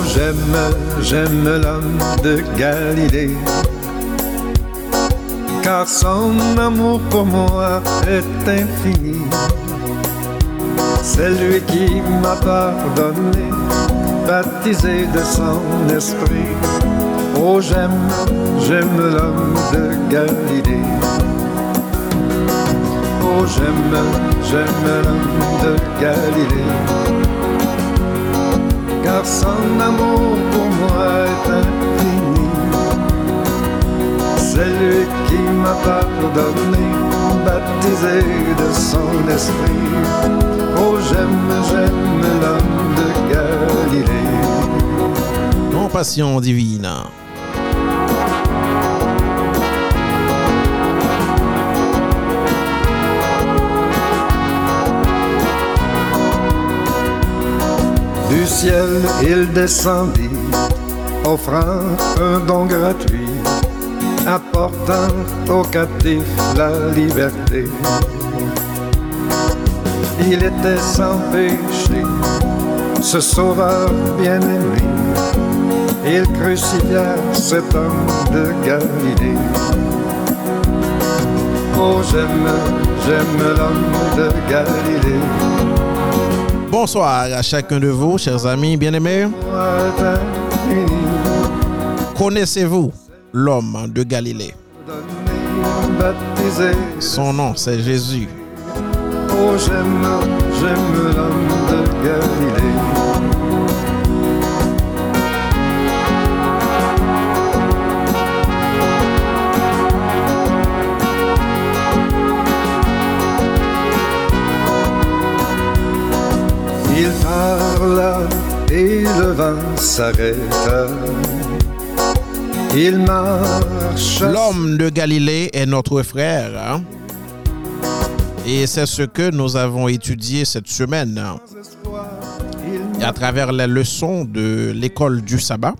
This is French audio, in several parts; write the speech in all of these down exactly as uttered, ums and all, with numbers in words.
Oh, j'aime, j'aime l'homme de Galilée, car son amour pour moi est infini. C'est lui qui m'a pardonné, baptisé de son esprit. Oh, j'aime, j'aime l'homme de Galilée. Oh, j'aime, j'aime l'homme de Galilée, car son amour pour moi est infini. C'est lui qui m'a pardonné, baptisé de son esprit. Oh, j'aime, j'aime l'homme de Galilée. Compassion divine. Du ciel, il descendit, offrant un don gratuit, apportant aux captifs la liberté. Il était sans péché, ce sauveur bien-aimé. Il crucifia cet homme de Galilée. Oh, j'aime, j'aime l'homme de Galilée. Bonsoir à chacun de vous, chers amis bien-aimés. Connaissez-vous l'homme de Galilée? Son nom, c'est Jésus. Oh, j'aime, j'aime l'homme de Galilée. Il parla et le vent s'arrêta. Il marcha. L'homme de Galilée est notre frère. Hein? Et c'est ce que nous avons étudié cette semaine. Et à travers les leçons de l'école du sabbat.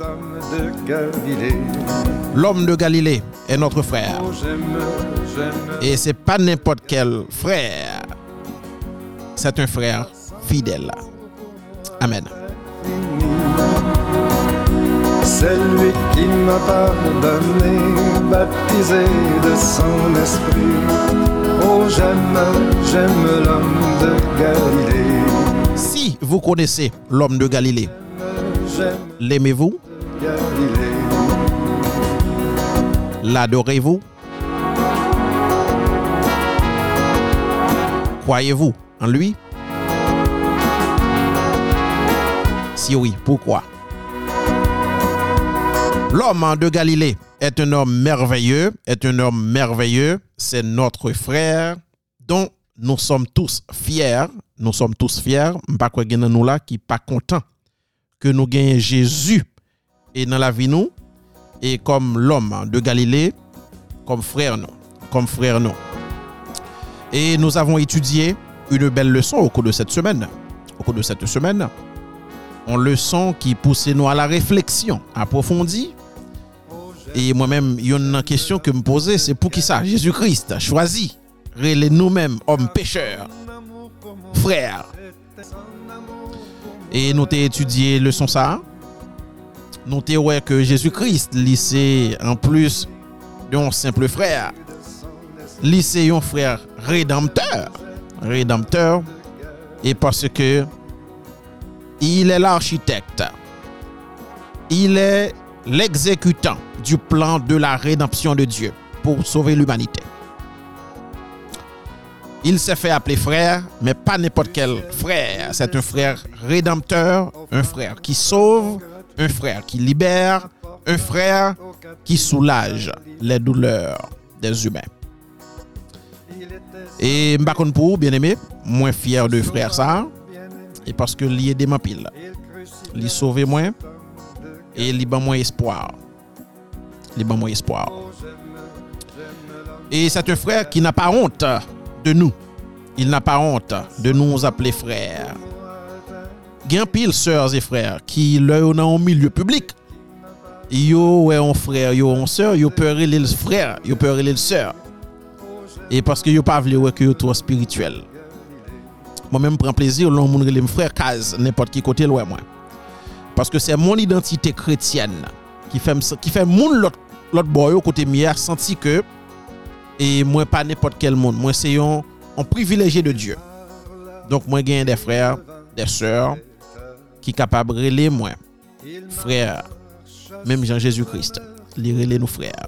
L'homme de Galilée est notre frère. Et c'est pas n'importe quel frère. C'est un frère fidèle. Amen. C'est lui qui m'a pardonné, baptisé de son esprit. Oh, j'aime, j'aime l'homme de Galilée. Si vous connaissez l'homme de Galilée, l'aimez-vous? Galilée. L'adorez-vous? Croyez-vous en lui? Si oui, pourquoi? L'homme de Galilée est un homme merveilleux, est un homme merveilleux, c'est notre frère dont nous sommes tous fiers, nous sommes tous fiers, pas quoi gen nous là qui pas content que nous gagnons Jésus et dans la vie nous et comme l'homme de Galilée comme frère nous, comme frère nous. Et nous avons étudié une belle leçon au cours de cette semaine. Au cours de cette semaine, une leçon qui pousse nous à la réflexion approfondie. Et moi-même, il y a une question que me poser, c'est pour qui ça? Jésus-Christ a choisi, relais nous-mêmes, hommes pécheurs, frères. Et nous avons étudié leçon ça. Nous avons vu que Jésus-Christ, lycée en plus d'un simple frère, lycée un frère rédempteur, rédempteur, et parce que il est l'architecte, il est l'exécutant du plan de la rédemption de Dieu pour sauver l'humanité. Il s'est fait appeler frère, mais pas n'importe quel frère. C'est un frère rédempteur, un frère qui sauve, un frère qui libère, un frère qui soulage les douleurs des humains. Et m'bakon pour bien aimé, moins fier de frère ça, et parce que lié des pile. Li sauver moins et li ban moins espoir. Li ban moins espoir. Et c'est un frère qui n'a pas honte de nous. Il n'a pas honte de nous appeler frères. Gen pile sœurs et frères qui leur dans un milieu public. Yo ouais un frère, yo un sœur, yo peur les frères, yo peur les sœurs. Et parce que yo pas vle ouais que yo trop spirituel. Moi même prends plaisir l'on moun relé frère case n'importe qui côté loin moi. Parce que c'est mon identité chrétienne qui fait qui fait moun l'autre l'autre boy côté mieux senti que et moi pas n'importe quel monde, moi c'est un, un privilégié de Dieu. Donc moi gagne des frères, des sœurs qui capable relayer moi frère, même Jean Jésus-Christ, les relayer nous frères.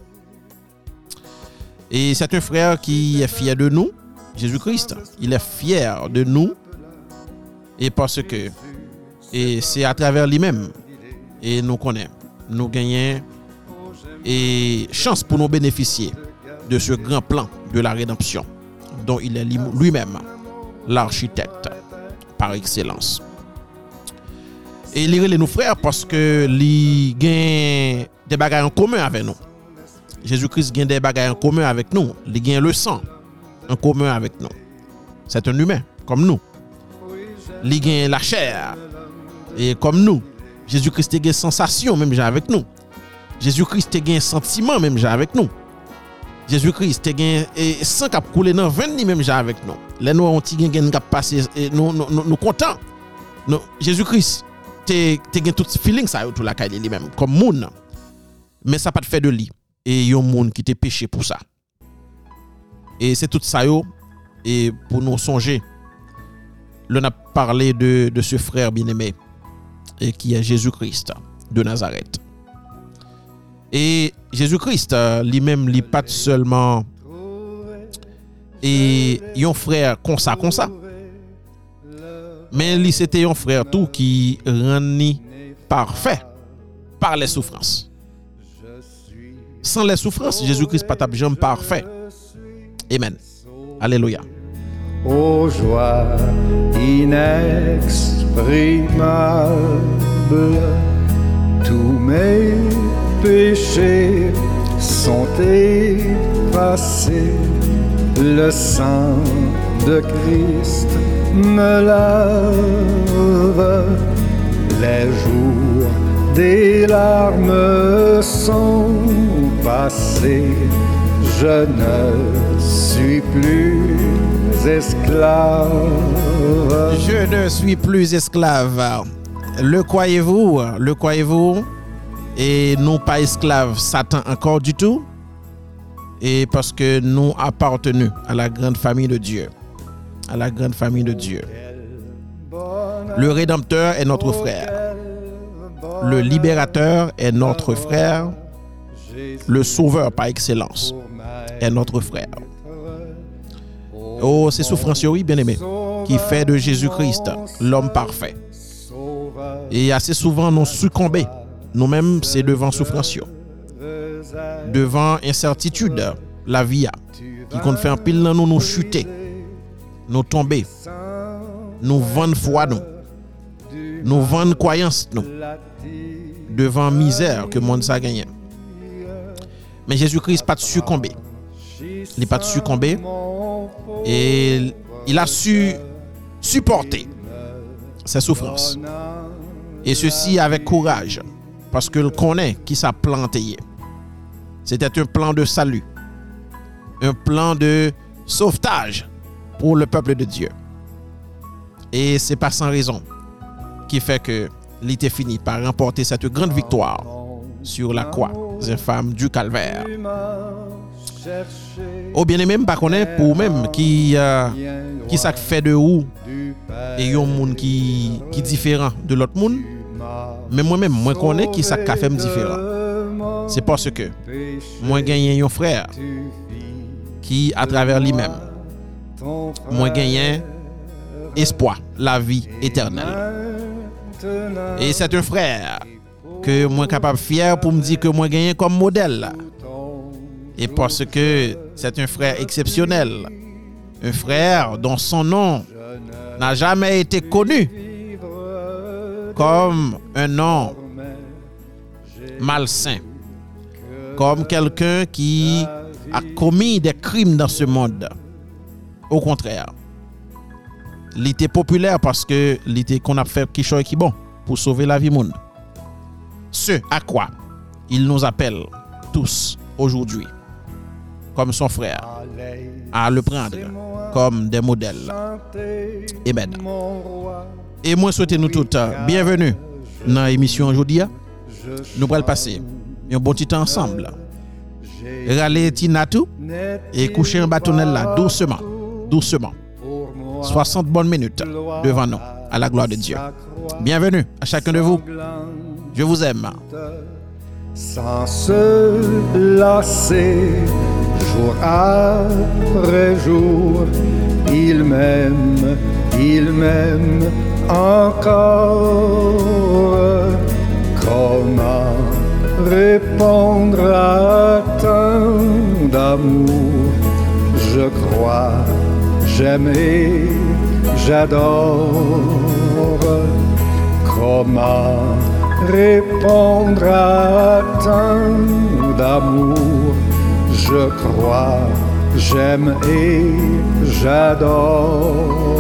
Et c'est un frère qui est fier de nous, Jésus-Christ, il est fier de nous et parce que et c'est à travers lui-même et nous connaissons, nous gagnons et chance pour nous bénéficier de ce grand plan de la rédemption dont il est lui-même l'architecte par excellence. Et il est nos frères parce que il gagne des bagages en commun avec nous. Jésus-Christ gagne des bagages en commun avec nous. Il gagne le sang en commun avec nous. C'est un humain comme nous. Il gagne la chair et comme nous. Jésus-Christ gagne sensation même avec nous. Jésus-Christ gagne sentiment même avec nous. Jésus-Christ gagne sang qui a coulé dans veine même avec nous. Les nous on ti gagne qui passer nous nous nous content. Jésus-Christ te te gagne tout feeling ça tout la caille lui-même comme monde. Mais ça pas de fait de lui et yon monde qui te péché pour ça. Et c'est tout ça yo et pour nous songer. L'on a parlé de de ce frère bien-aimé et qui est Jésus-Christ de Nazareth. Et Jésus-Christ lui-même lui pas seulement et un frère comme ça comme ça. Mais lui c'était un frère tout qui rendit parfait par les souffrances. Sans les souffrances, Jésus-Christ pas jamais parfait. Amen. Alléluia. Ô joie inexprimable, tous mes péchés sont effacés. Le sang de Christ me lave. Les jours des larmes sont passés. Je ne suis plus esclave. Je ne suis plus esclave. Le croyez-vous? Le croyez-vous? Et non pas esclave Satan encore du tout. Et parce que nous appartenons à la grande famille de Dieu. À la grande famille de Dieu. Le Rédempteur est notre frère. Le Libérateur est notre frère. Le Sauveur par excellence est notre frère. Oh, c'est souffrance, oui, bien-aimé, qui fait de Jésus-Christ l'homme parfait. Et assez souvent, nous succombons. Nous-mêmes, c'est devant souffrance. Devant incertitude, la vie, qui compte faire un pile dans nous, nous chuter, nous tomber, nous vendre foi, nous, nous vendre croyance, nous, devant misère que le monde a gagné. Mais Jésus-Christ n'a pas succombé. Il n'a pas succombé. Et il a su supporter ses souffrances. Et ceci avec courage. Parce qu'il connaît qui s'est planté. C'était un plan de salut. Un plan de sauvetage pour le peuple de Dieu. Et c'est pas sans raison qui fait que il était fini par remporter cette grande victoire sur la croix infâme du calvaire. Oh bien-aimé, pas connaître pour même qui euh, qui ça fait de ou et un monde qui qui différent de l'autre monde. Mais moi-même, moi connais qui ça fait me différent. C'est parce que moi gagné un frère qui à travers lui-même moi gagné espoir, la vie éternelle. Et c'est un frère que moi capable fier pour me dire que moi gagné comme modèle. Et parce que c'est un frère exceptionnel, un frère dont son nom n'a jamais été connu comme un nom malsain, comme quelqu'un qui a commis des crimes dans ce monde. Au contraire, il était populaire parce que il était qu'on a fait quelque chose qui est bon pour sauver la vie monde. Ce à quoi il nous appelle tous aujourd'hui comme son frère à le prendre comme des modèles. Amen. Et moi souhaitez nous toutes bienvenue dans l'émission aujourd'hui. Nous allons passer un bon petit temps ensemble. Râler Tinatou et coucher un bâtonnel là, doucement, doucement. soixante bonnes minutes devant nous, à la gloire de Dieu. Bienvenue à chacun de vous. Je vous aime. Sans se lasser, jour après jour, il m'aime, il m'aime encore. Comment répondre à tant d'amour? Je crois, j'aime et j'adore. Comment répondre à tant d'amour? Je crois, j'aime et j'adore.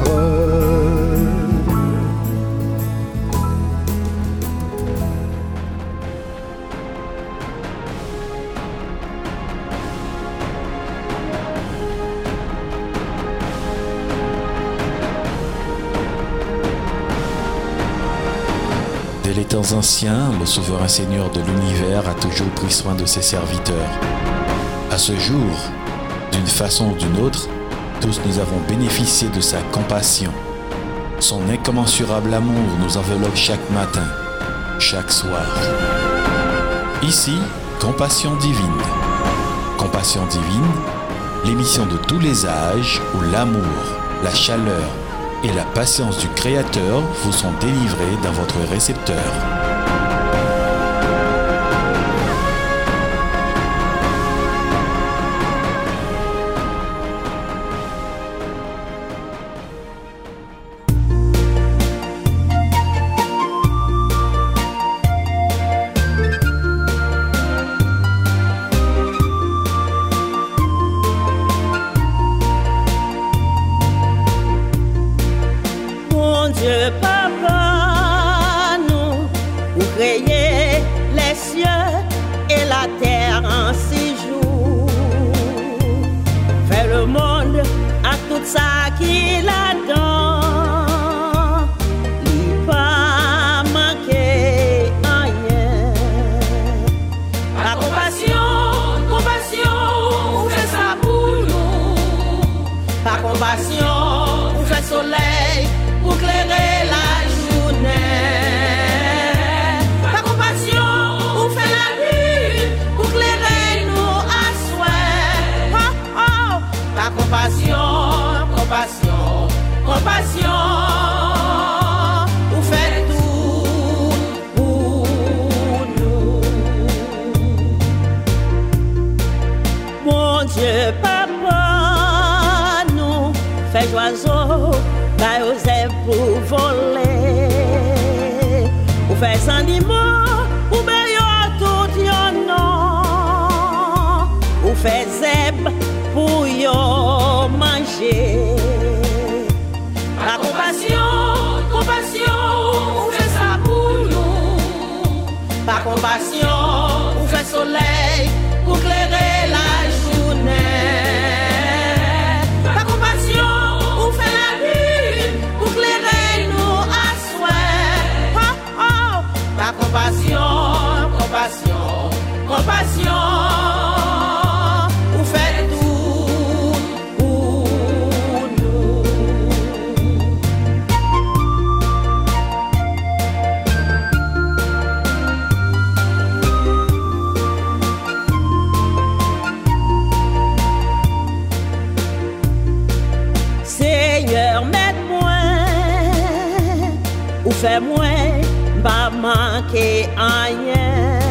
Dès les temps anciens, le souverain Seigneur de l'univers a toujours pris soin de ses serviteurs. À ce jour, d'une façon ou d'une autre, tous nous avons bénéficié de sa compassion. Son incommensurable amour nous enveloppe chaque matin, chaque soir. Ici, Compassion divine. Compassion divine, l'émission de tous les âges où l'amour, la chaleur et la patience du Créateur vous sont délivrés dans votre récepteur. Fais-moi pas manquer rien.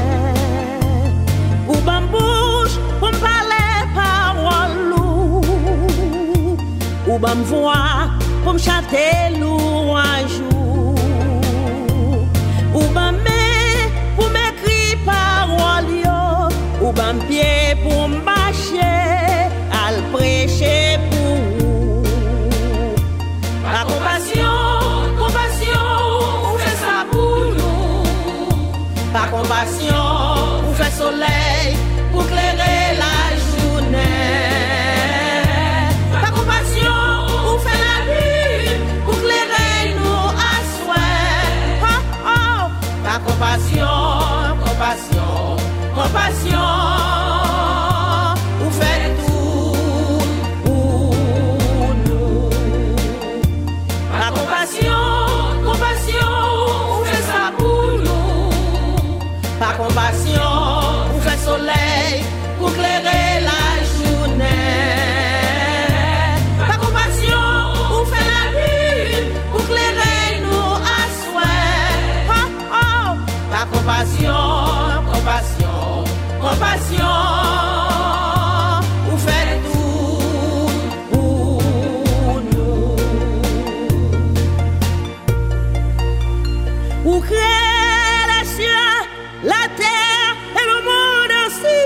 Ou ban bouche pour me parler parole ou ou ban voix pour me chanter louange ou ban main pour m'écrire parole yo ou ban pied pour marcher al prêcher pour la compassion. Par compassion, pour faire soleil, pour clairer la journée. Par compassion, pour faire la lune, pour clairer nous à souhait. Oh, oh. pour créer les cieux, la terre et le monde en six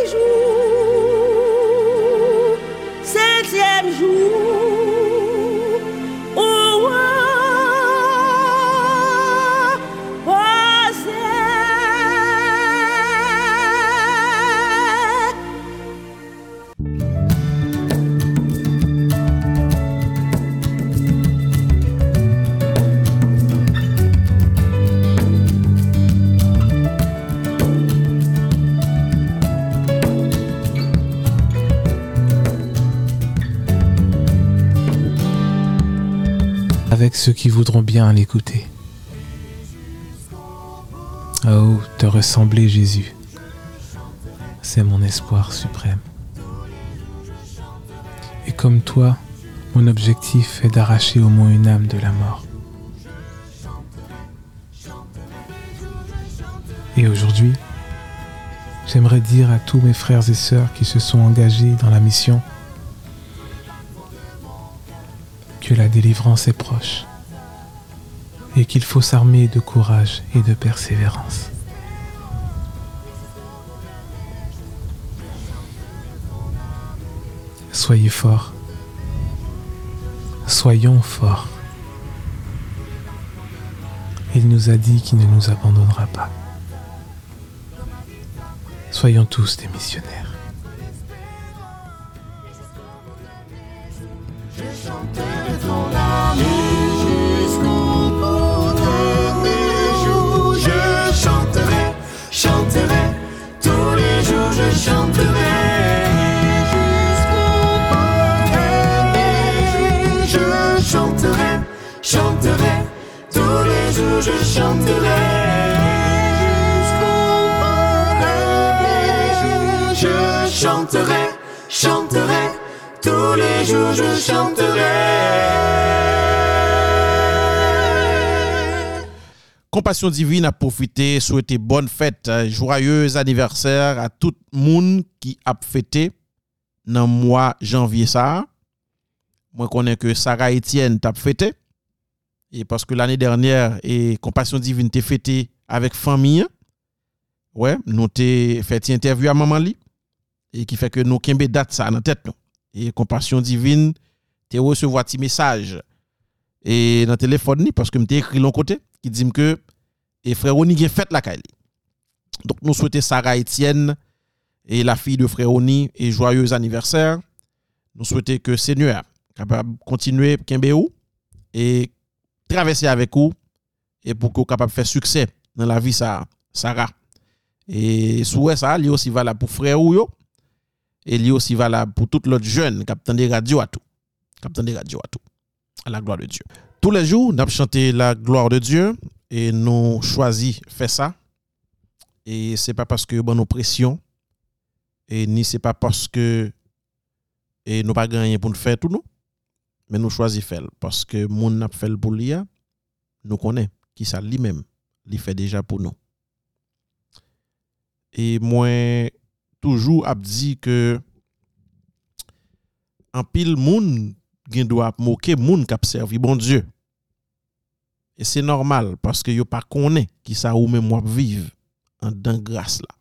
jours. Septième jour, au roi posé. Avec ceux qui voudront bien l'écouter. Oh, te ressembler, Jésus, c'est mon espoir suprême. Et comme toi, mon objectif est d'arracher au moins une âme de la mort. Et aujourd'hui, j'aimerais dire à tous mes frères et sœurs qui se sont engagés dans la mission que la délivrance est proche et qu'il faut s'armer de courage et de persévérance. Soyez forts, soyons forts. Il nous a dit qu'il ne nous abandonnera pas. Soyons tous des missionnaires. Je chanterai ton amour jusqu'au bout de mes jours. Je chanterai, chanterai, tous les jours je chanterai. Jusqu'au bout de mes jours. Je chanterai, chanterai, tous les jours je chanterai. Jusqu'au bout de mes jours. Je chanterai, chanterai. Tous les jours je chanterai. Compassion Divine a profité, souhaiter bonne fête, joyeux anniversaire à tout le monde qui a fêté dans le mois janvier ça. Moi connais que Sarah Etienne t'a fêté et parce que l'année dernière et Compassion Divine t'a fêté avec famille. Ouais, nous t'ai fait une interview à maman li et qui fait que nous kembe date ça dans tête nous. Et Compassion Divine te recevoir ti message et dans téléphone ni parce que m'te écrit l'on côté qui dit que et frère Oni gen fête la Kaili. Donc nous souhaitons Sarah Etienne et la fille de frère Oni et joyeux anniversaire. Nous souhaitons que Seigneur capable continuer kembe ou et traverser avec vous et pour que capable faire succès dans la vie ça Sarah. Et souhait ça lui aussi valable pour frère ou yo. Et lui aussi valable pour tout l'autre jeune capitaine des radios à tout. Capitaine des radios à tout. À la gloire de Dieu. Tous les jours, nous chanté la gloire de Dieu et nous choisi faire ça. Et c'est pas parce que bon nous pression et ni c'est pas parce que et nous pas gagné pour nous faire tout nous. Mais nous choisi faire parce que moun n'a fait pour lui, nous connaît qui ça lui-même, il fait déjà pour nous. Et moi toujours a dit que en pile moun gen doit moquer moun qui a servi bon Dieu. Et c'est normal parce que yo pas connaît qui ça ou même moi vivre en dans grâce là.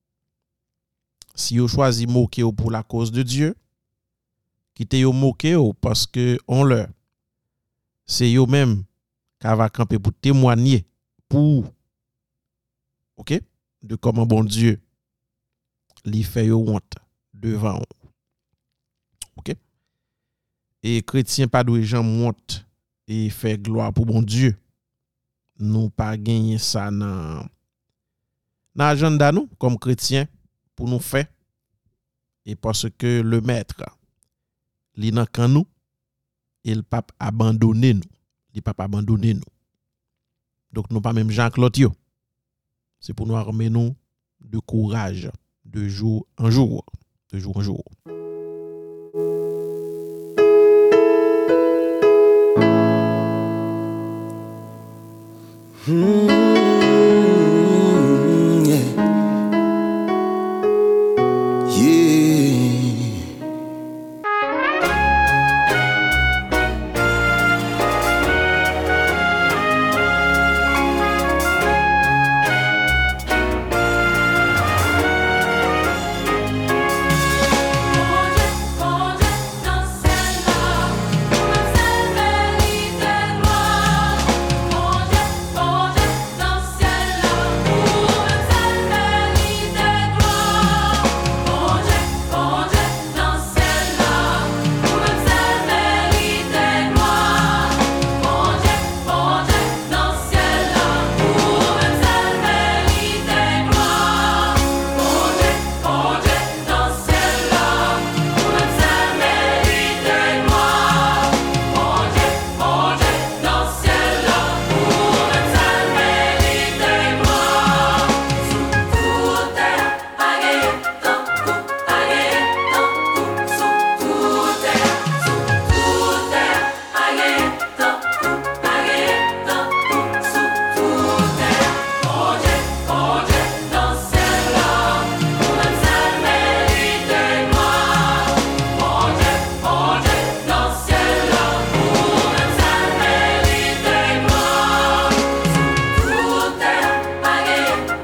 Si yo choisi moquer pour la cause de Dieu, quitter yo moquer parce que on leur c'est yo même qui va camper pour témoigner pour OK de comment bon Dieu li fait yo honte devant. OK? Et chrétien pas doit jamais honte et faire gloire pour bon Dieu. Nous pas gagner ça dans dans agenda nous comme chrétien pour nous faire et parce que le maître li nan kan nous il pas abandonner nous, il pas abandonner nous. Donc nous pas même Jean-Claude yo. C'est pour nous armer nous de courage de jour en jour, de jour en jour. Mm, yeah. Yeah.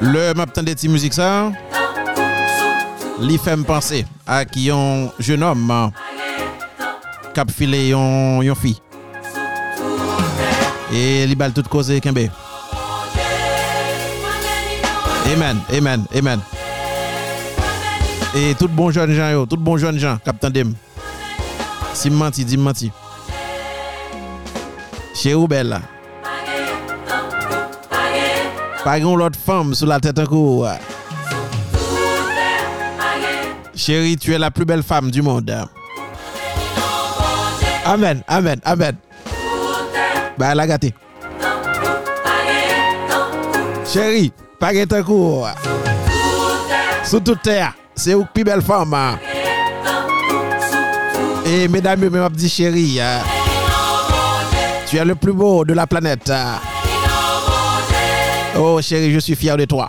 Le m'attend des petites musiques ça. Li fait me penser à qui un jeune homme qui a filé yon yon fille. Et li bal tout cause kembe. Amen, amen, amen. Et tout bon jeune gens yo, tout bon jeune gens qui attendem. Si menti, dis menti. Chez ou belle là. Pas une autre femme sous la tête encore. Chérie, tu es la plus belle femme du monde. Amen, amen, amen. Bah la gâté. Chérie, pas de coup. Sous toute terre, c'est une plus belle femme. Et mesdames, je me dis chérie, tu es le plus beau de la planète. Oh chérie, je suis fier de toi.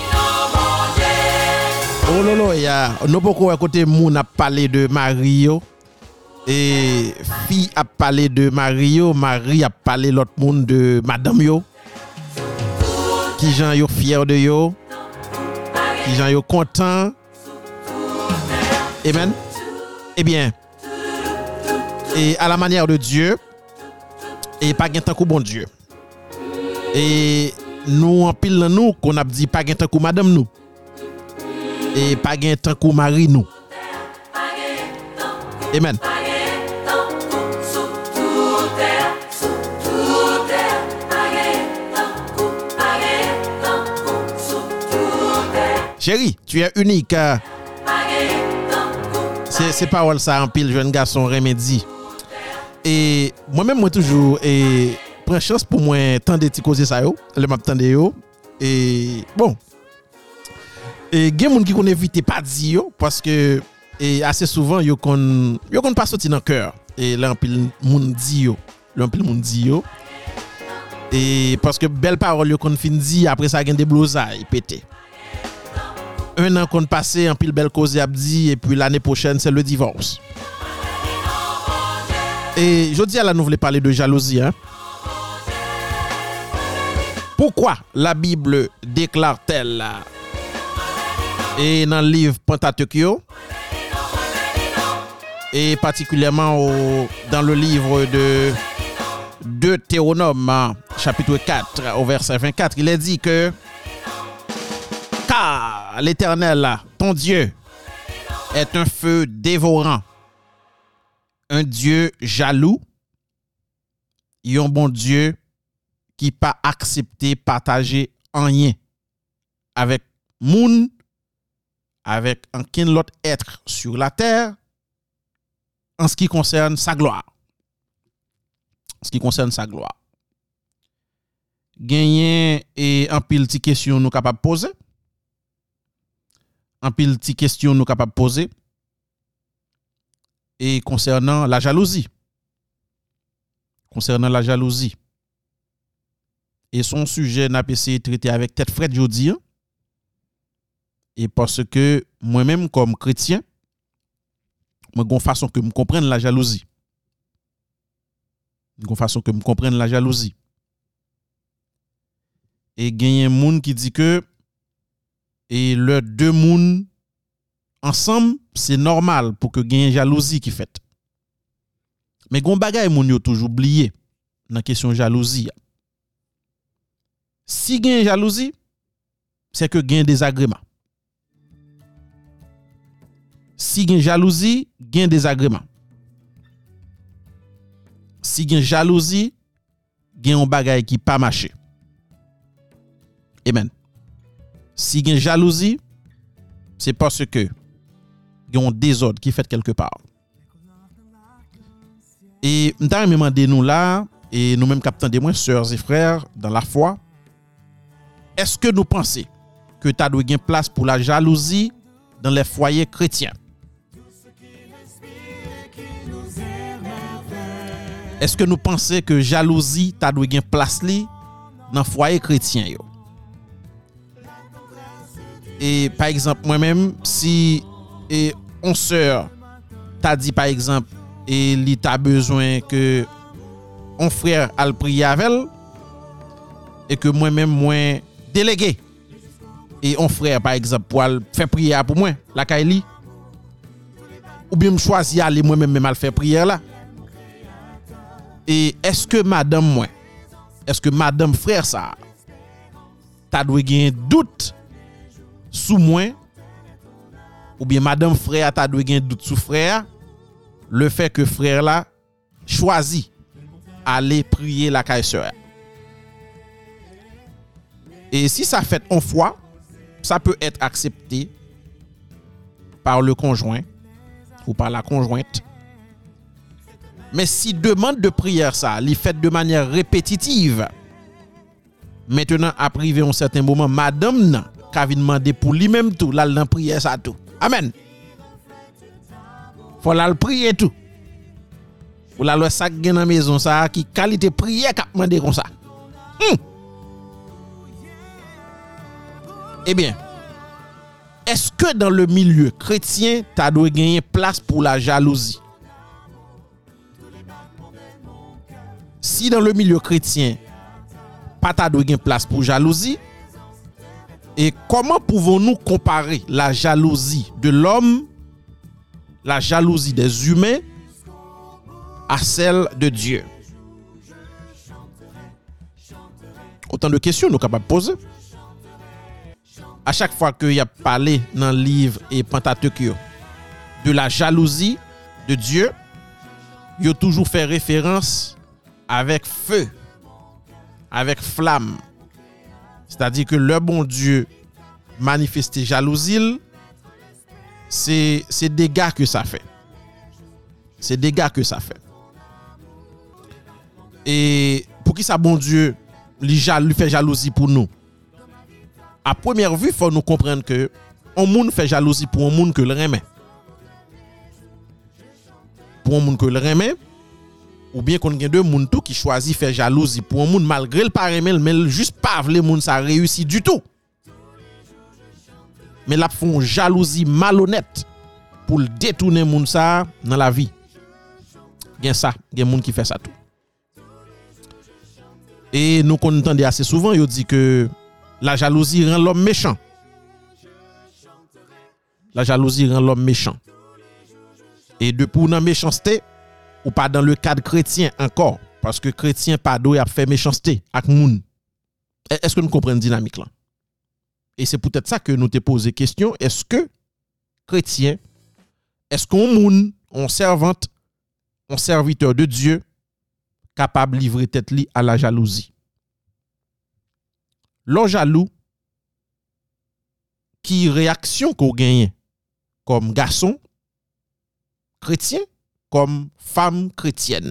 Oh lolo, il y a nous beaucoup à côté moun a parlé de Mario et fille a parlé de Mario, Marie a parlé l'autre monde de madame yo. Qui gens yo fier de yo. Qui gens yo content. Amen. Eh bien, et à la manière de Dieu et pas gen tant que bon Dieu. Et nous en pile nous qu'on a dit pas gen tant que madame nous. Et pas gen tant que mari nous. Amen. Chérie, tu es unique. C'est c'est parole ça en pile jeune garçon remédie. Et moi-même moi toujours et prends chance pour moi tant de ti causer ça yo, le m'attendre yo et bon. Et gen moun qui connaît vite pas di yo parce que et assez souvent yo kon yo kon pas sorti dans cœur et là en pile moun di yo, là en pile moun di yo. Et parce que belle parole yo kon fin di après ça gen des blousailles pété. Un an qu'on passé en pile belle cause abdi et puis l'année prochaine c'est le divorce. Et je dis à la nous voulons parler de jalousie hein. Pourquoi la Bible déclare-t-elle là? Et dans le livre Pentateuque et particulièrement au, dans le livre de Deutéronome chapitre quatre au verset vingt-quatre, il est dit que car l'Éternel, ton Dieu, est un feu dévorant, un Dieu jaloux, et un bon Dieu qui pas accepté partager rien avec moun, avec aucun autre être sur la terre, en ce qui concerne sa gloire. En ce qui concerne sa gloire. Gagner et un pile de questions nous capable poser. Un pile de questions nous capable poser. Et concernant la jalousie. Concernant la jalousie. Et son sujet n'a pas essayé de traiter avec tête frette jodi. Et parce que moi-même comme chrétien, moi gon façon que me comprendre la jalousie. Gon façon que me comprendre la jalousie. Et gagner moun qui dit que et le deux moun ensemble, c'est normal pour que gagne jalousie qui fait. Mais gon bagay moun yo toujours oublié dans question jalousie. Si gagne jalousie, c'est que gagne désagrément. Si gagne jalousie, gagne désagrément. Si gagne jalousie, gagne un bagay qui pas marché. Amen. Si gagne jalousie, c'est parce que gagne un désordre qui fait quelque part. Et m'ta me demander nous là et nous même capitaine de moi sœurs et frères dans la foi, est-ce que nous pensons que tu as de place pour la jalousie dans les foyers chrétiens? Est-ce que nous pensons que jalousie t'a de place li dans foyer chrétien yo? Et par exemple moi-même si et on sœur t'a dit par exemple et li t'a besoin que on frère al prier avec elle et que moi-même moi délégué et on frère par exemple pour faire prière pour moi, la Kaili. Ou bien me choisir aller moi-même même à faire prière là. Et est-ce que madame moi, est-ce que madame frère ça, t'as dû gagner doute sous moi, ou bien madame frère t'as dû gagner doute sous frère, le fait que frère là choisit aller prier la caille sœur. Et si ça fait en foi, ça peut être accepté par le conjoint ou par la conjointe. Mais si demande de prière ça, les fait de manière répétitive, maintenant à priver un certain moment, madame nan, qu'a vinn demander pour lui-même tout, là dans prière ça tout. Amen. Faut la prier tout. Ou la le sac gen dans maison ça qui qualité prière qu'a demander comme ça. Hum. Eh bien, est-ce que dans le milieu chrétien, tu dois gagner place pour la jalousie? Si dans le milieu chrétien, pas ta doit gagner place pour jalousie, et comment pouvons-nous comparer la jalousie de l'homme, la jalousie des humains, à celle de Dieu? Autant de questions nous sommes capables de poser. À chaque fois qu'il y a parlé dans le livre et Pentateuque de la jalousie de Dieu, il a toujours fait référence avec feu, avec flamme. C'est-à-dire que le bon Dieu manifesté jalousie, c'est c'est dégâts que ça fait. C'est dégâts que ça fait. Et pour qui ça bon Dieu lui fait jalousie pour nous? À première vue, il faut nous comprendre que on monde fait jalousie pour un monde que le remet. Pour un monde que le remet, ou bien qu'on a deux monde tout qui choisit faire jalousie pour un monde malgré le pas remet, mais juste pas vle monde ça réussit du tout. Mais là font jalousie malhonnête pour le détourner monde ça dans la vie. Gen ça, gen monde qui fait ça tout. Et nous qu'on entend assez souvent, yo dit que la jalousie rend l'homme méchant. La jalousie rend l'homme méchant. Et depuis dans méchanceté, ou pas dans le cadre chrétien encore, parce que chrétien pas doit faire méchanceté avec moun. Est-ce que nous comprenons dynamique là? Et c'est peut-être ça que nous te posé question, est-ce que chrétien, est-ce qu'on moun, on servante, on serviteur de Dieu capable de livrer tête li à la jalousie? L'on jaloux, qui réaction qu'on gagne comme garçon chrétien, comme femme chrétienne?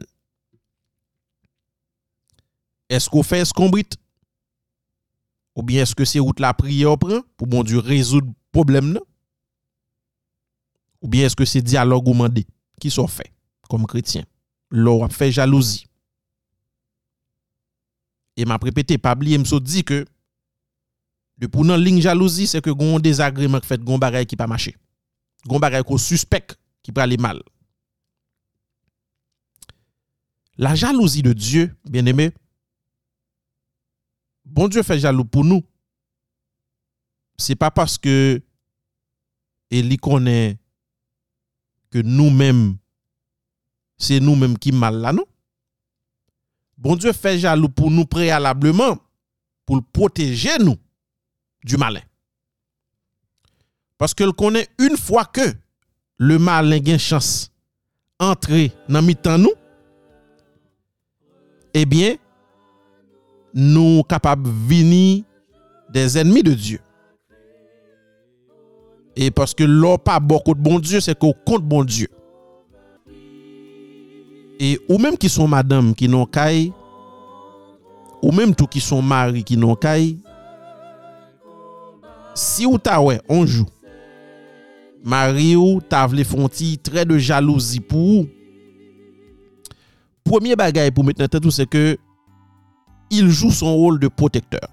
Est-ce qu'on fait escombrit? Ou bien est-ce que c'est route la prière prend pour bon Dieu résoudre problème? Ou bien est-ce que c'est dialogue ou mandé qui sont fait comme chrétien? L'on fait jalousie. Et m'a répété, pas oublier, me dit que depuis dans ligne jalousie, c'est que gon désagrément fait gon bagay qui pas marcher. Gon bagay ko suspect qui peut aller mal. La jalousie de Dieu, bien-aimé, bon Dieu fait jaloux pour nous. C'est pas parce que il connaît que nous-mêmes c'est nous-mêmes qui mal là, non? Bon Dieu fait jaloux pour nous préalablement pour protéger nous du malin. Parce que le connaît une fois que le malin gagne chance entrer dans mi-temps nous, eh bien nous capables venir des ennemis de Dieu. Et parce que l'on pas beaucoup de bon Dieu, c'est qu'on compte bon Dieu. Et ou même qui sont madame qui n'ont caille, ou même tout qui sont mari qui n'ont caille, si ou ta ouais on joue, mari ou ta vle fonti trait de jalousie pour ou, premier bagay pour mettre tout c'est que il joue son rôle de protecteur.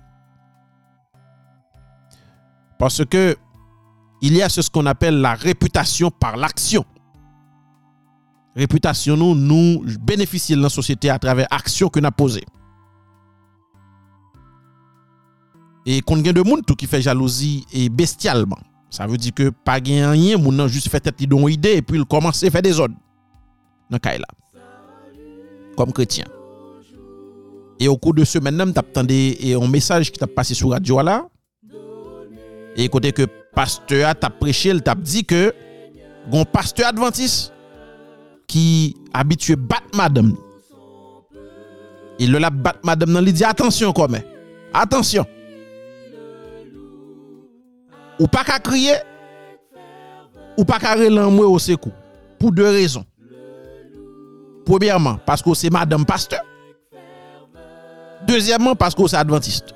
Parce que il y a ce qu'on appelle la réputation par l'action. Réputation nous nous bénéficie de la société à travers action que nous avons posée. Et qu'on gen de monde tout qui fait jalousie et bestialement. Ça veut dire que pas gen rien, moun nan juste fait tête li don idée et puis il commence à faire des ordres. Dans kay là. Comme chrétien. Et au cours de semaine même t'as entendu un message qui t'a passé sur radio là. Et côté que pasteur a t'a prêché, il t'a dit que gon pasteur adventiste qui habitué battre madame. Et le la battre madame nan li dit attention comme attention. Ou pas qu'à crier, ou pas qu'à relancer au secours. Pour deux raisons. Premièrement, parce que c'est madame pasteur. Deuxièmement, parce que c'est adventiste.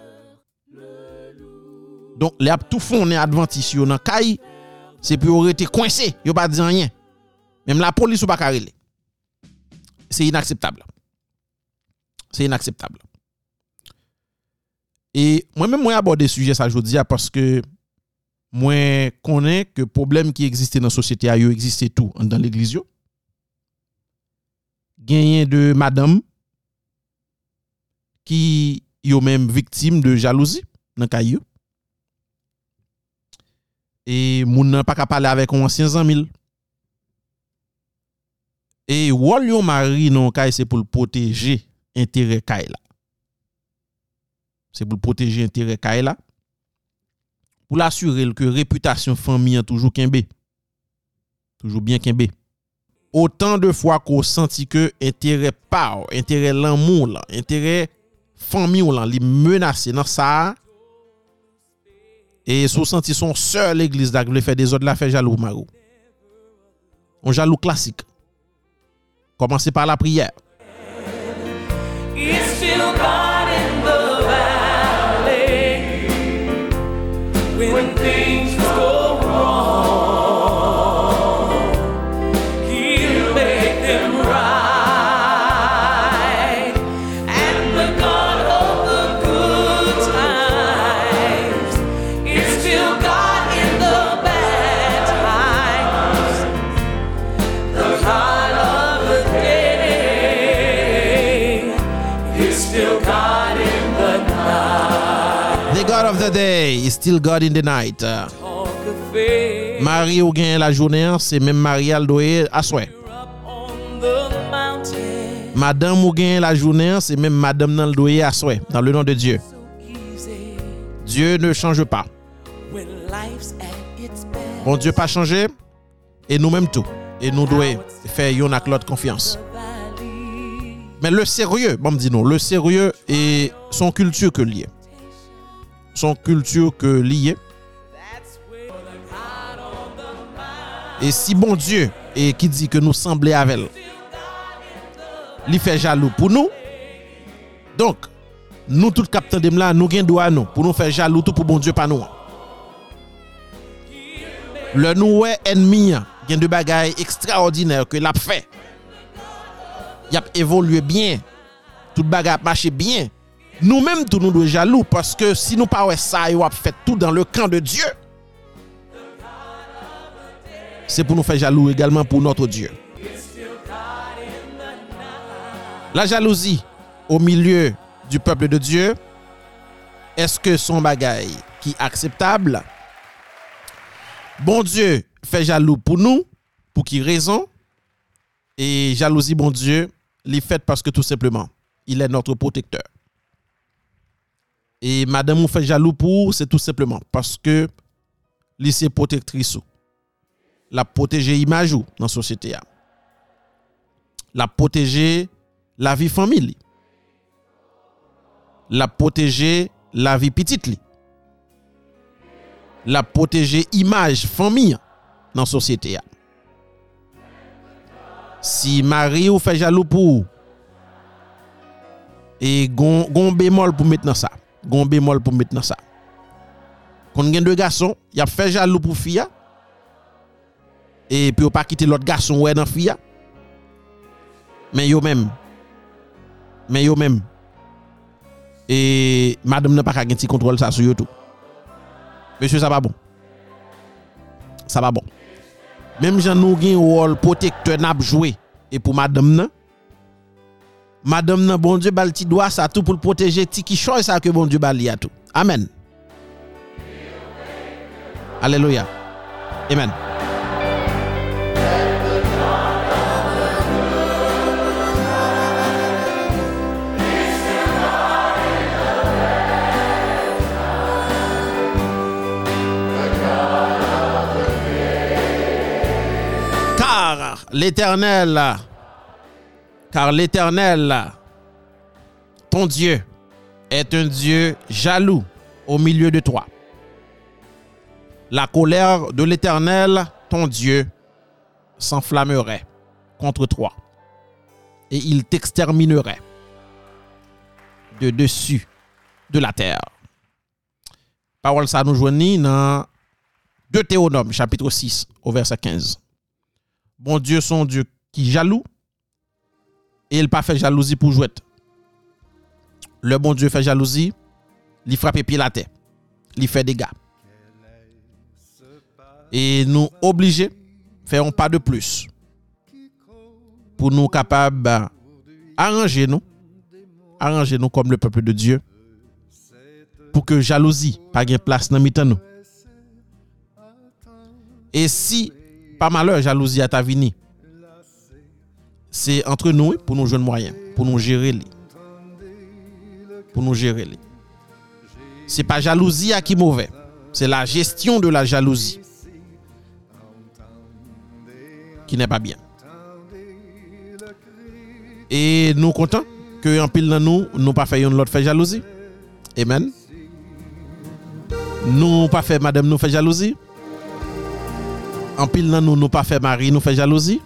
Donc, les a tout fond est adventiste yo nan kay, c'est pour être coincé, yo pas dire rien. Même la police ou pas qu'à rele. C'est inacceptable. C'est inacceptable. Et moi-même, moi aborde le sujet ça aujourd'hui parce que moi connais que problème qui existait dans la société a yo existait tout dans l'église yo. Gagné de madame qui yo même victime de jalousie dans kay yo. Et moun nan pas ka parler avec un ancien ami. Et wol yo mari non kay c'est pour protéger intérêt kay la. C'est pour protéger intérêt kay la. Pour l'assurer que réputation famille toujours kembe. Toujours bien kembe. Autant de fois qu'on senti que intérêt pa, intérêt l'amour là, intérêt famille là, li menacé dans ça. Et sous senti son sœur l'église là veut faire des autres la faire jaloux marou. On jaloux classique. Commencez par la prière. It's still God in the valley when things go wrong. He'll make them right, and the God of the good times. It's still God in the bad times. The God of the day is still God in the night. The God of the day is still God in the night. Talk of faith Marie ou gen la journée, c'est même Marie al doye aswe. up on the mountain. Madame ou gen la journée, c'est même madame nan doye aswe dans le nom de Dieu. So easy Dieu ne change pas. when life's at its best. Bon Dieu pas changé et nous même tout. Et nous devons faire yon ak l'autre confiance. Valley. Mais le sérieux, bon me dit non, le sérieux et son culture que lié. Son culture que lié. That's where the God on the mountain. Et si bon Dieu et qui dit que nous semblons avec elle, li fait jaloux pour nous. Donc, nous tout captant de là, nous gen droit nous pour nous faire jaloux tout pour bon Dieu pas nous. Le nous ouais ennemi, gen de bagaille extraordinaire que l'a fait. Y a évolué bien. Tout bagaille marché bien. Nous-mêmes tout nous doit jaloux parce que si nous pas ouais ça, y a fait tout dans le camp de Dieu. C'est pour nous faire jaloux également pour notre Dieu. La jalousie au milieu du peuple de Dieu, est-ce que son bagaille qui est acceptable? Bon Dieu fait jaloux pour nous, pour qui raison? Et jalousie, bon Dieu, l'est faite parce que tout simplement, il est notre protecteur. Et madame ou fait jaloux pour, c'est tout simplement parce que l'est protectrice. La protéger image ou dans la société. La protéger la vie famille. La protéger la vie petite li. La protéger image famille dans la société. Si Marie ou fait jaloux pour et gon gon bémol pour mettre dans ça. Gon bémol pour mettre dans ça. Quand gen deux garçons, y a fait jaloux pour fille et puis ou pas quitter l'autre garçon ouais dans fille. Mais yo même mais yo même et madame n'a pas qu'à gen ti contrôle ça sur yo tout. Monsieur ça va bon. Ça va bon. Même Jean nous gen rôle protecteur n'a joué et pour madame nan madame nan bon Dieu bal ti doit ça tout pour protéger ti qui choix ça que bon Dieu bal li a tout. Amen. Alléluia. Amen. Car l'Éternel, car l'Éternel, ton Dieu, est un Dieu jaloux au milieu de toi. La colère de l'Éternel, ton Dieu, s'enflammerait contre toi et il t'exterminerait de dessus de la terre. Parole ça nous joignit dans Deutéronome chapitre six au verset quinze. Bon Dieu, son Dieu qui jaloux et il pas fait jalousie pour jouer. Le bon Dieu fait jalousie, il frappe pied la terre, il fait dégâts. Et nous obligés faire un pas de plus pour nous capables arranger nous, arranger nous comme le peuple de Dieu pour que jalousie pas gain place dans mitan nous. Et si par malheur jalousie a ta vini, c'est entre nous pour nous joindre moyen, pour nous gérer les. Pour nous gérer les. C'est pas jalousie à qui mauvais, c'est la gestion de la jalousie qui n'est pas bien. Et nous contents que en pile dans nous nous pas fait l'autre fait jalousie. Amen. Nous pas fait madame nous fait jalousie. En pile dans nous nous pas fait mari nous fait jalousie.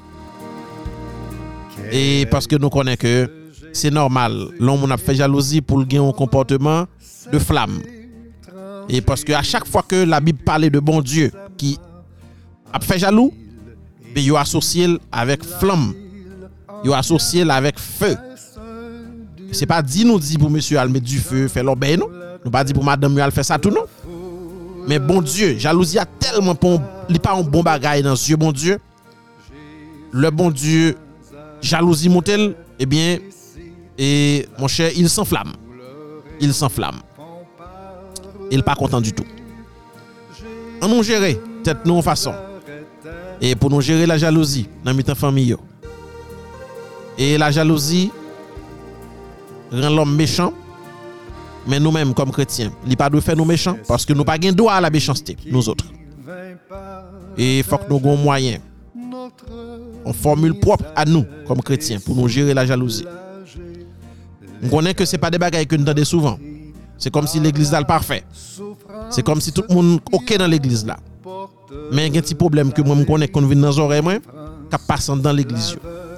Et parce que nous connaissons que c'est normal, l'homme a fait jalousie pour gagner un comportement de flamme. Et parce que à chaque fois que la Bible parlait de bon Dieu qui a fait jaloux, ben il associé avec flamme, il associé avec feu. C'est pas dit nous dit pour monsieur al mettre du feu, faire l'obéir non. Nous pas dit pour madame al faire ça tout non. Mais bon Dieu, jalousie a tellement bon, il pas un bon bagaille dans yeux bon Dieu. Le bon Dieu jalousie montel, eh bien et mon cher, il s'enflamme. Il s'enflamme. Il pas content du tout. On nous gérer tête nous en façon. Et pour nous gérer la jalousie dans notre famille. Et la jalousie rend l'homme méchant. Mais nous-mêmes comme chrétiens, il pas de faire nous méchants parce que nous pas gain droit à la méchanceté nous autres. Et il faut que nous ayons moyen. On formule propre à nous comme chrétiens pour nous gérer la jalousie. On connaît que c'est pas des bagages que nous entendons souvent. C'est comme si l'église là le parfait. C'est comme si tout le monde OK dans l'église là. Mais il y a un petit problème que moi me connais qu'on vient dans les oreilles moi qui passe dans l'église.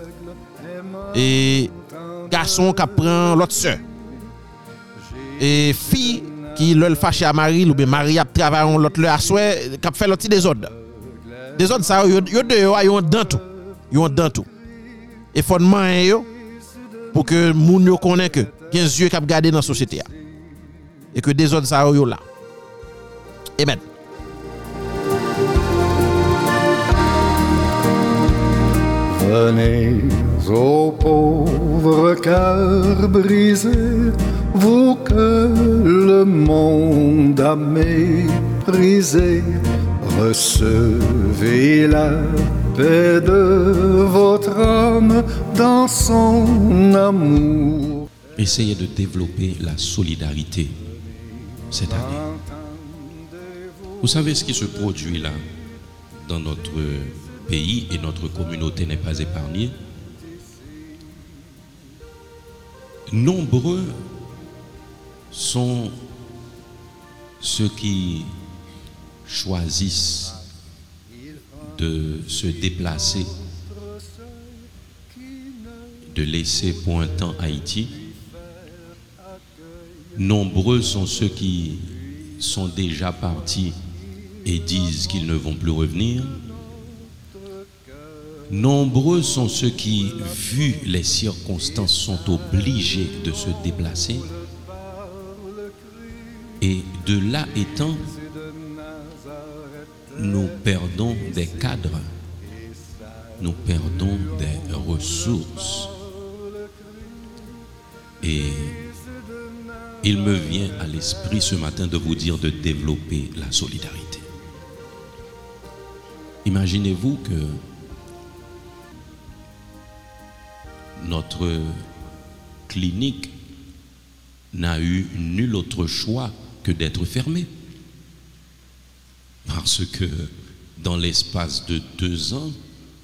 Et garçon qui prend l'autre sœur. Et fille qui le fâché à Marie ou bien Marie a travaillé l'autre le assoir qui fait l'autre désordre. Désordre ça yo yo deux yo dans tout. Yo dans tout. Et fondement yo pour que moun yo connaît que gen yeux qui regarder dans la société et que des autres ça yo là. Amen. Venez aux pauvres cœurs brisés, vous que le monde a méprisé, recevez la paix de votre âme dans son amour. Essayez de développer la solidarité cette année. Vous savez ce qui se produit là dans notre pays et notre communauté n'est pas épargnée. Nombreux sont ceux qui choisissent de se déplacer, de laisser pour un temps Haïti. Nombreux sont ceux qui sont déjà partis et disent qu'ils ne vont plus revenir. Nombreux sont ceux qui, vu les circonstances, sont obligés de se déplacer. Et de là étant, nous perdons des cadres, nous perdons des ressources. Et il me vient à l'esprit ce matin de vous dire de développer la solidarité. Imaginez-vous que notre clinique n'a eu nul autre choix que d'être fermée. Parce que dans l'espace de deux ans,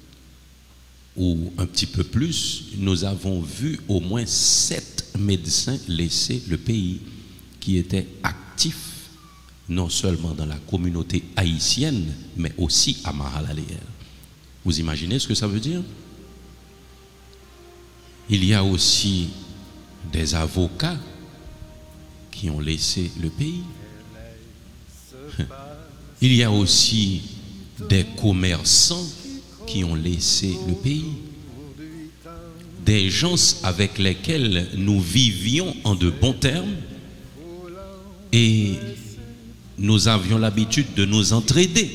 ou un petit peu plus, nous avons vu au moins sept médecins laisser le pays qui étaient actifs, non seulement dans la communauté haïtienne, mais aussi à Mahalaleel. Vous imaginez ce que ça veut dire? Il y a aussi des avocats qui ont laissé le pays. Il y a aussi des commerçants qui ont laissé le pays. Des gens avec lesquels nous vivions en de bons termes et nous avions l'habitude de nous entraider.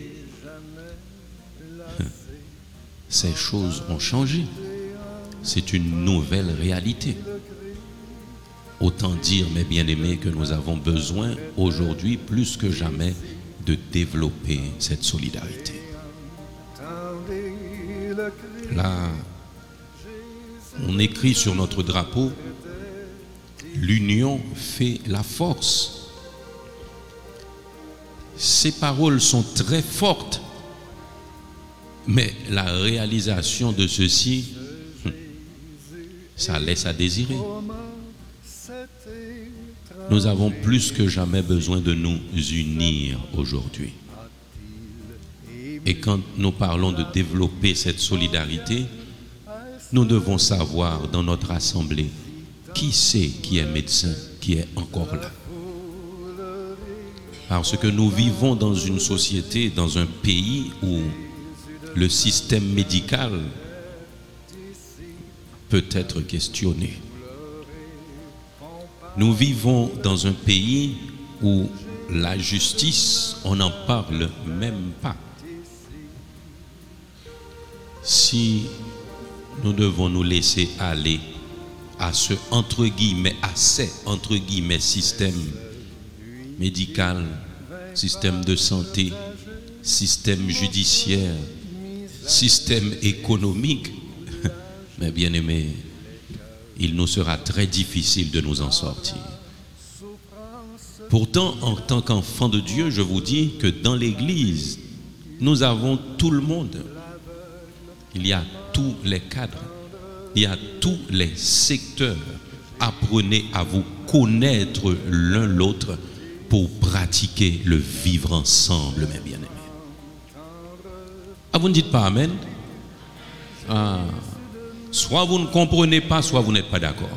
Ces choses ont changé. C'est une nouvelle réalité. Autant dire, mes bien-aimés, que nous avons besoin aujourd'hui plus que jamais de développer cette solidarité. Là, on écrit sur notre drapeau, l'union fait la force. Ces paroles sont très fortes, mais la réalisation de ceci, ça laisse à désirer. Nous avons plus que jamais besoin de nous unir aujourd'hui. Et quand nous parlons de développer cette solidarité, nous devons savoir dans notre assemblée qui c'est qui est médecin, qui est encore là. Parce que nous vivons dans une société, dans un pays où le système médical peut être questionné. Nous vivons dans un pays où la justice, on n'en parle même pas. Si nous devons nous laisser aller à ce entre guillemets, à ces entre guillemets système médical, système de santé, système judiciaire, système économique, mais bien aimé, il nous sera très difficile de nous en sortir. Pourtant, en tant qu'enfant de Dieu, je vous dis que dans l'Église, nous avons tout le monde. Il y a tous les cadres, il y a tous les secteurs. Apprenez à vous connaître l'un l'autre pour pratiquer le vivre ensemble, mes bien-aimés. Ah, vous ne dites pas Amen? Ah. Soit vous ne comprenez pas, soit vous n'êtes pas d'accord.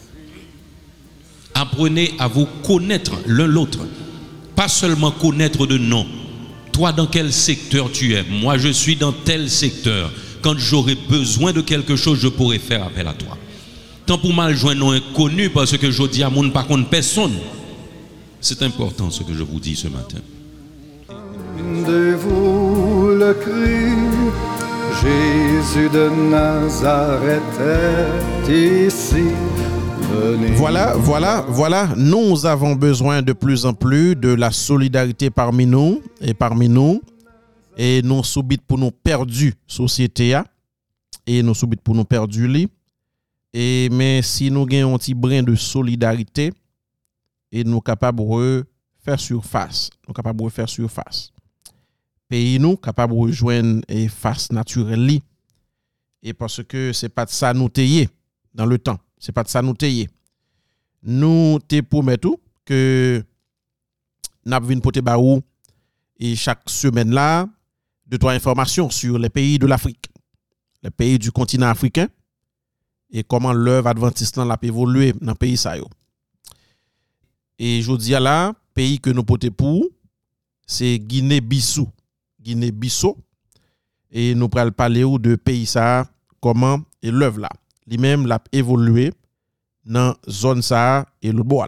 Apprenez à vous connaître l'un l'autre. Pas seulement connaître de nom. Toi, dans quel secteur tu es? Moi, je suis dans tel secteur. Quand j'aurai besoin de quelque chose, je pourrai faire appel à toi. Tant pour mal joindre un inconnu, parce que je dis à mon par contre personne. C'est important ce que je vous dis ce matin. De vous le cri, Jésus de Nazareth est ici. Venez. Voilà, voilà, voilà. Nous avons besoin de plus en plus de la solidarité parmi nous et parmi nous. Et nous subit pour nous perdus société et nous subit pour nous perdus li. Et mais si nous gagnons un petit brin de solidarité et nous capables de faire surface, nous capables de faire surface. Pays nous capables de rejoindre et face naturelle li. Et parce que c'est pas de ça nous tailler dans le temps, c'est pas de ça nous tailler. Nous te promettons que n'a vinn pote ba ou et chaque semaine là de trois informations sur les pays de l'Afrique, les pays du continent africain et comment l'œuvre adventiste l'a évolué dans le pays ça yo. Et jodi a là, pays que nous pote pour c'est Guinée-Bissau. Guinée-Bissau et nous pral parler de pays ça comment et l'œuvre là. Lui-même l'a évolué dans zone ça et le bois là.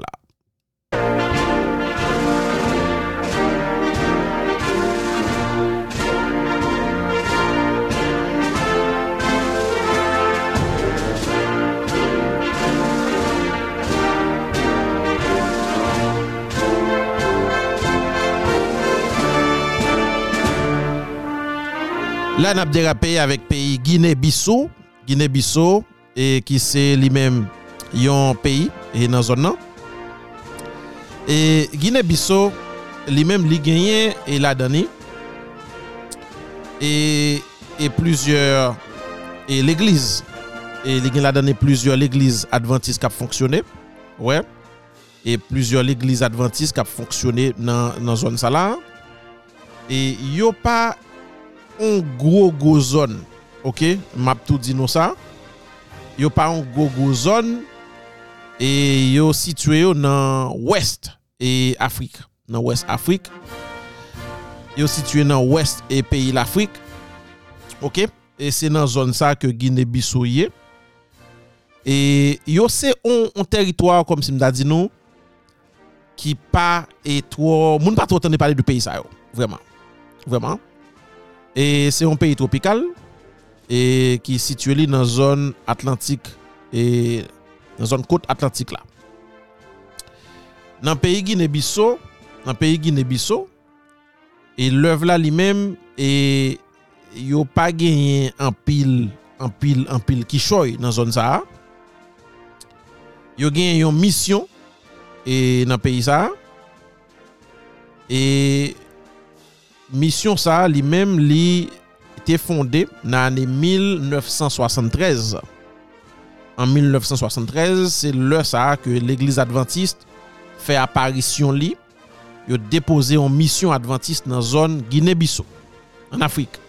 Là, nous avons dérapé avec pays Guinée-Bissau. Guinée-Bissau, et qui c'est lui-même un pays et dans zone. Et Guinée-Bissau, lui-même, lui gagné et l'a donné. Et, et plusieurs. Et l'église. Et il a donné plusieurs l'église adventistes qui ont fonctionné. Ouais. Et plusieurs l'église adventistes qui ont fonctionné dans la zone ça là. Et il n'y a pas un gros gros zone. OK, m'a tout dit nous ça. Il n'y a pas un gros gros zone. Et il est situé dans l'ouest et Afrique. Dans l'ouest Afrique. Il est situé dans l'ouest et pays l'Afrique. OK. Et c'est dans zone ça que Guinée-Bissau y est. Et yo c'est un, un territoire comme si m'da dit nous qui pas et trop moun pas trop entendre parler du pays ça yo, vraiment. Vraiment. Et c'est un pays tropical et qui est situé dans zone atlantique et dans zone côte atlantique là. Dans le pays Guinée-Bissau, dans le pays Guinée-Bissau et l'œuvre là lui-même et yo pas gagné en pile en pile en pile qui choy dans zone ça. Yo gagné une mission et dans pays ça et mission ça lui-même li était fondé dans l'année mille neuf cent soixante-treize. En mille neuf cent soixante-treize, c'est là ça que l'église adventiste fait apparition li. Yo déposé une mission adventiste dans zone Guinée-Bissau en Afrique.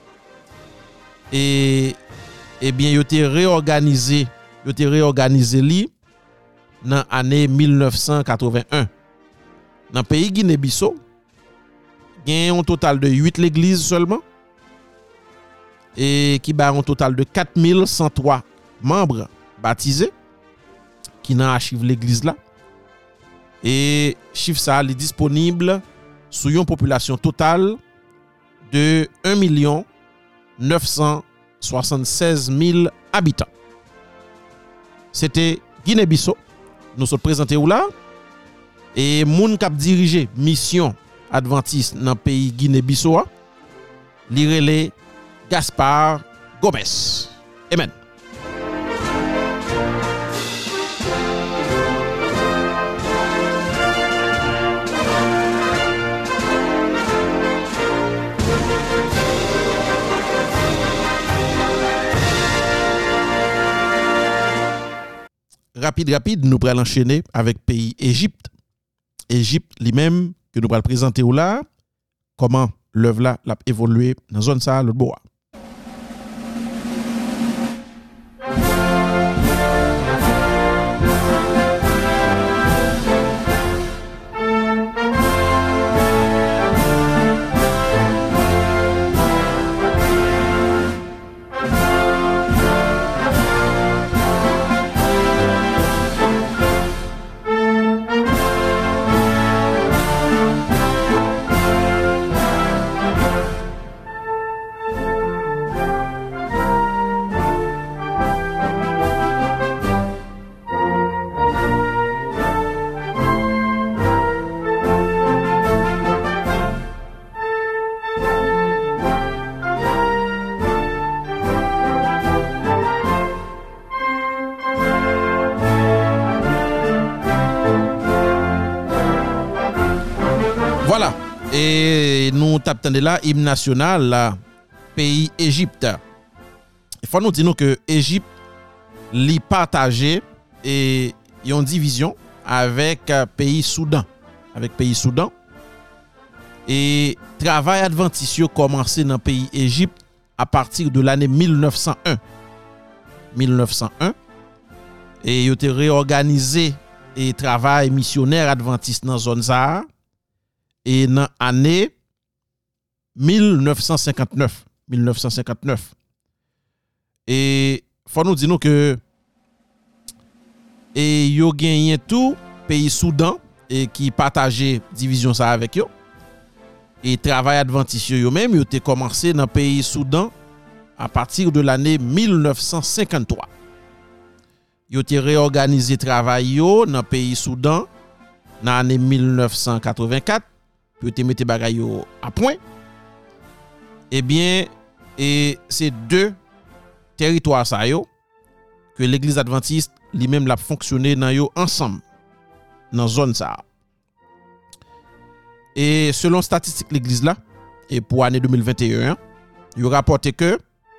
Et eh bien yo été réorganisé, yo été réorganisé li dans l'année mille neuf cent quatre-vingt-un. Dans le pays Guinée-Bissau, il y a un total de huit églises seulement et qui a un total de quatre mille cent trois membres baptisés qui dans archive l'église là. Et chiffre ça est disponible sur une population totale de un million neuf cent soixante-seize mille habitants. C'était Guinée-Bissau. Nous sommes présentés où là et moun k'ap dirigé mission adventiste dans le pays Guinée-Bissau li relé Gaspard Gomez. Amen. Rapide, rapide, nous allons enchaîner avec le pays Égypte. Égypte lui-même, que nous allons présenter là, comment l'œuvre là a évolué dans la zone ça, l'autre bois. Voilà. Et nous tapons là, hymne national, là, pays Égypte. Il faut nous dire que l'Égypte li partagé et y a une division avec pays Soudan. Avec pays Soudan. Et travail adventiste commencé dans le pays Égypte à partir de l'année mille neuf cent un. mille neuf cent un. Et il a été réorganisé et travail missionnaire adventiste dans la zone ça. Et dans l'année mille neuf cent cinquante-neuf. mille neuf cent cinquante-neuf. Et faut nous dire que et yo gagné tout pays Soudan et qui partageait division ça avec yo. Et travail adventiste yo même yo été commencé dans pays Soudan à partir de l'année mille neuf cent cinquante-trois. Yo été réorganisé travail yo dans pays Soudan dans l'année mille neuf cent quatre-vingt-quatre. Yo te mette bagay yo à point. Eh bien, Et c'est deux territoires ça yo que l'église adventiste lui-même l'a fonctionné dans yo ensemble dans zone ça. Et selon statistique l'église là et pour année deux mille vingt et un, il rapporté que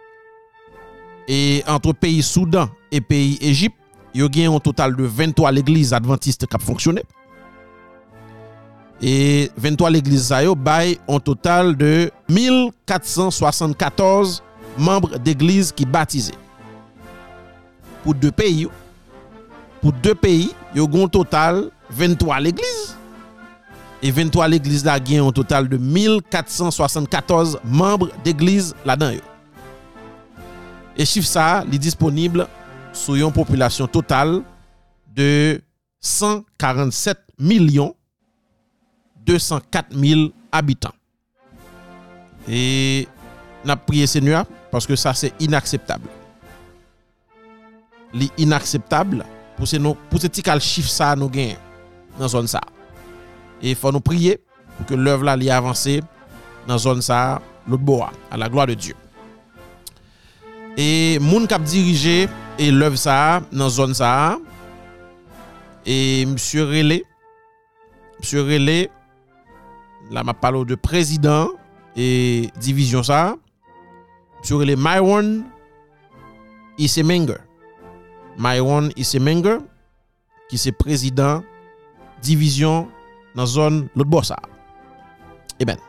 et entre pays Soudan et pays Égypte, il y a un total de vingt-trois l'église adventiste qui a fonctionné. Et vingt-trois l'église ça yo bail un total de mille quatre cent soixante-quatorze membres d'église qui baptisés. Pour deux pays, pour deux pays, il y a un total vingt-trois l'église. Et vingt-trois l'église là gagne un total de mille quatre cent soixante-quatorze membres d'église là-dedans. Et chiffre ça, il est disponible sur une population totale de cent quarante-sept millions deux cent quatre mille habitants. Et n'a prié Seigneur parce que ça c'est inacceptable. L'inacceptable pour ce pour ce petit chiffre ça nous gagne dans zone ça. Et il faut nous prier pour que l'œuvre là li avancer dans zone ça l'autre bois à la gloire de Dieu. Et moun k'ap dirigé et l'œuvre ça dans zone ça et monsieur Relé monsieur Relé là m'a parlé de président et division ça monsieur Relé Myron Isemenger Myron Isemenger qui c'est président division dans zone l'autre bois ça. Eh ben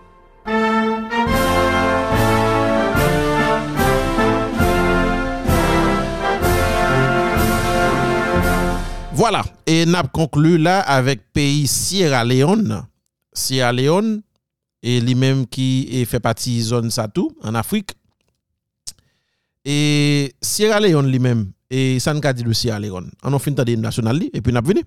voilà, et n'a conclu là avec pays Sierra Leone. Sierra Leone et lui-même qui fait partie de zone ça tout en Afrique. Et Sierra Leone lui-même et ça n'a dit de Sierra Leone. On a fait un national et puis n'a venu.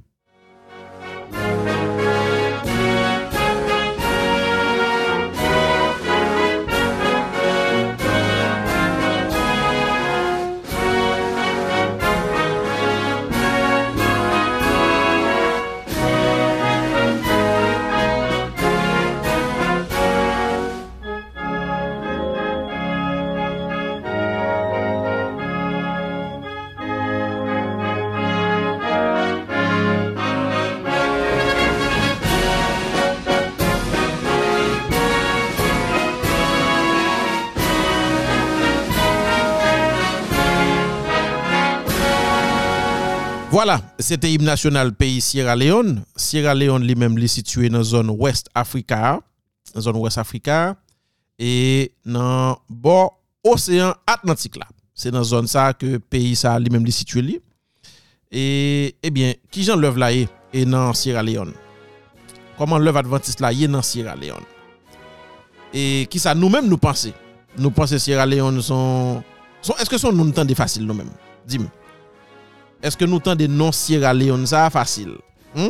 Voilà, c'était hymne national pays Sierra Leone. Sierra Leone lui-même est situé dans la zone Ouest Africa, dans zone Ouest Africa et dans bord océan Atlantique là. C'est dans zone ça que pays ça lui-même est situé li. Et eh bien, qui j'en l'œuvre là est dans Sierra Leone. Comment l'œuvre adventiste là est dans Sierra Leone. Et qui ça nous-mêmes nous penser. Nous pensons Sierra Leone sont, sont est-ce que sont nous entendez facile nous-mêmes? Dis-moi. Est-ce que nous entendons des noms Sierra Leone ça facile? Hmm?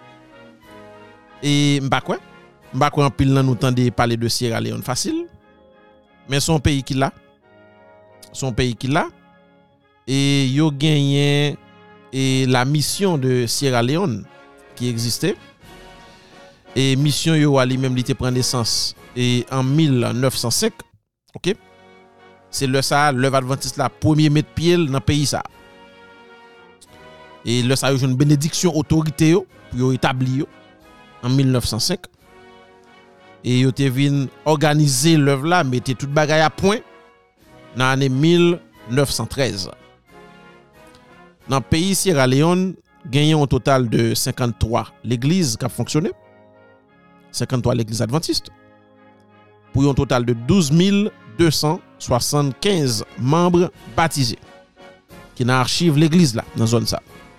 Et m'pa quoi? M'pa quoi en pile là nous entendons parler de Sierra Leone facile? Mais son pays qui l'a. Son pays qui l'a. Et yo gagné et la mission de Sierra Leone qui existait. Et mission yo a lui-même li te prend naissance et en mille neuf cent cinq. OK? C'est le ça l'œuvre adventiste la premier mettre pied dans pays ça. Et le ça a eu une bénédiction autorité yo pour établir en mille neuf cent cinq. Et yo te vinn organiser l'œuvre là, mettre toute bagaille à point dans l'année mille neuf cent treize. Dans le pays Sierra Leone, gagné un total de cinquante-trois l'église qui a fonctionné. cinquante-trois l'église adventiste. Pour un total de douze mille deux cent soixante-quinze membres baptisés qui n'a archive l'église là dans zone ça.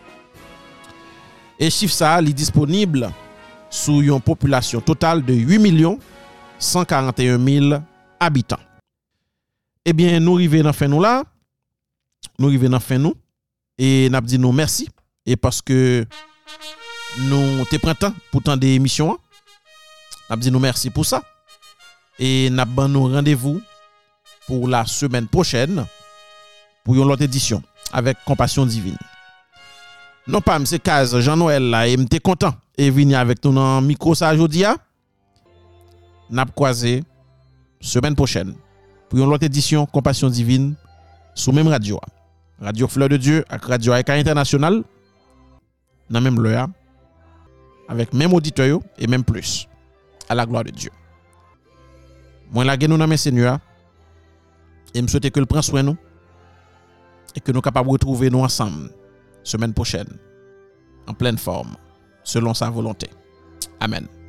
Et chiffre ça est disponible sous une population totale de huit millions cent quarante et un mille habitants. Eh bien, nous arrivons dans fin nous là. Nous arrivons dans fin nous et n'a dit nous merci et parce que nous te prend temps pour tant d'émissions. N'a dit nous merci pour ça. Et n'a ban nous rendez-vous pour la semaine prochaine pour une autre édition avec Compassion divine. Non pas c'est Kaz Jean-Noël là et m'était content et venir avec nous dans micro ça aujourd'hui. N'a croisé semaine prochaine pour une autre édition Compassion Divine sous même radio. Radio Fleur de Dieu avec Radio A E K International dans même l'heure avec même auditeur et même plus à la gloire de Dieu. Moi la nous dans mes Seigneur et me souhaite que le prend soin nous et que nous capables de retrouver nous ensemble semaine prochaine en pleine forme selon sa volonté. Amen.